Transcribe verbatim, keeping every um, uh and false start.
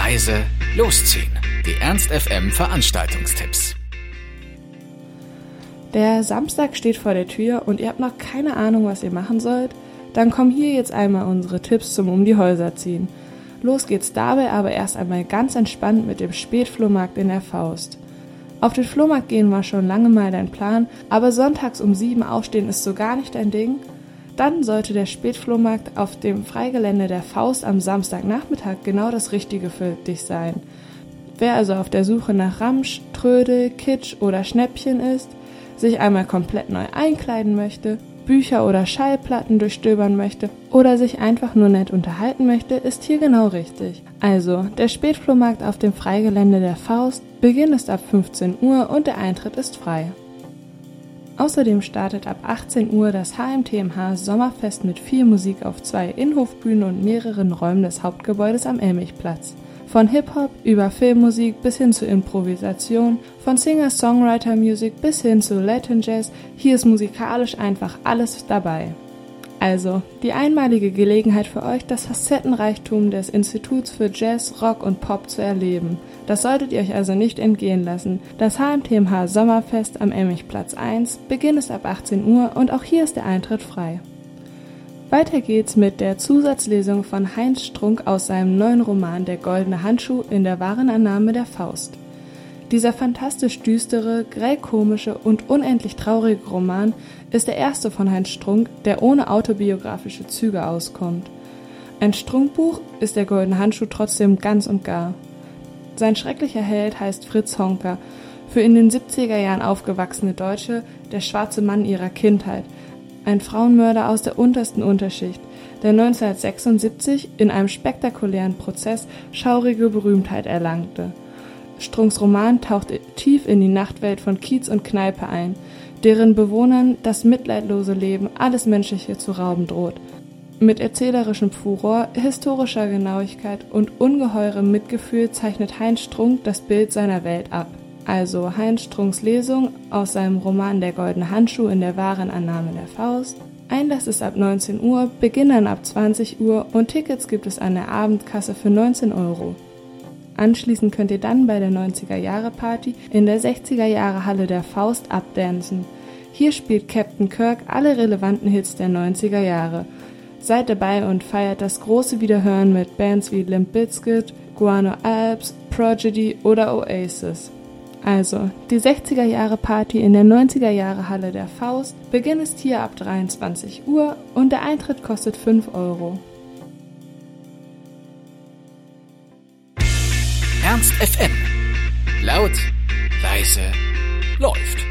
leise, losziehen. Die Ernst F M Veranstaltungstipps. Der Samstag steht vor der Tür und ihr habt noch keine Ahnung, was ihr machen sollt? Dann kommen hier jetzt einmal unsere Tipps zum Um die Häuser ziehen. Los geht's dabei aber erst einmal ganz entspannt mit dem Spätflohmarkt in der Faust. Auf den Flohmarkt gehen war schon lange mal dein Plan, aber sonntags um sieben aufstehen ist so gar nicht dein Ding? Dann sollte der Spätflohmarkt auf dem Freigelände der Faust am Samstagnachmittag genau das Richtige für dich sein. Wer also auf der Suche nach Ramsch, Trödel, Kitsch oder Schnäppchen ist, sich einmal komplett neu einkleiden möchte, Bücher oder Schallplatten durchstöbern möchte oder sich einfach nur nett unterhalten möchte, ist hier genau richtig. Also, der Spätflohmarkt auf dem Freigelände der Faust, Beginn ist ab fünfzehn Uhr und der Eintritt ist frei. Außerdem startet ab achtzehn Uhr das H M T M H Sommerfest mit viel Musik auf zwei Innenhofbühnen und mehreren Räumen des Hauptgebäudes am Elmichplatz. Von Hip-Hop über Filmmusik bis hin zu Improvisation, von Singer-Songwriter-Musik bis hin zu Latin Jazz, hier ist musikalisch einfach alles dabei. Also, die einmalige Gelegenheit für euch, das Facettenreichtum des Instituts für Jazz, Rock und Pop zu erleben. Das solltet ihr euch also nicht entgehen lassen. Das H M T M H Sommerfest am Elmichplatz eins, Beginn ist ab achtzehn Uhr und auch hier ist der Eintritt frei. Weiter geht's mit der Zusatzlesung von Heinz Strunk aus seinem neuen Roman Der goldene Handschuh in der wahren Annahme der Faust. Dieser fantastisch düstere, grell-komische und unendlich traurige Roman ist der erste von Heinz Strunk, der ohne autobiografische Züge auskommt. Ein Strunk-Buch ist Der goldene Handschuh trotzdem ganz und gar. Sein schrecklicher Held heißt Fritz Honka, für in den siebziger Jahren aufgewachsene Deutsche der schwarze Mann ihrer Kindheit, ein Frauenmörder aus der untersten Unterschicht, der neunzehnhundertsechsundsiebzig in einem spektakulären Prozess schaurige Berühmtheit erlangte. Strunks Roman taucht tief in die Nachtwelt von Kiez und Kneipe ein, deren Bewohnern das mitleidlose Leben alles Menschliche zu rauben droht. Mit erzählerischem Furor, historischer Genauigkeit und ungeheurem Mitgefühl zeichnet Heinz Strunk das Bild seiner Welt ab. Also Heinz Strunks Lesung aus seinem Roman Der goldene Handschuh in der wahren Annahme der Faust. Einlass ist ab neunzehn Uhr, Beginn dann ab zwanzig Uhr und Tickets gibt es an der Abendkasse für neunzehn Euro. Anschließend könnt ihr dann bei der neunziger-Jahre-Party in der sechziger-Jahre-Halle der Faust abdancen. Hier spielt Captain Kirk alle relevanten Hits der neunziger Jahre. Seid dabei und feiert das große Wiederhören mit Bands wie Limp Bizkit, Guano Alps, Prodigy oder Oasis. Also, die sechziger-Jahre-Party in der neunziger-Jahre-Halle der Faust. Beginn ist hier ab dreiundzwanzig Uhr und der Eintritt kostet fünf Euro. Ernst F M. Laut, leise, läuft.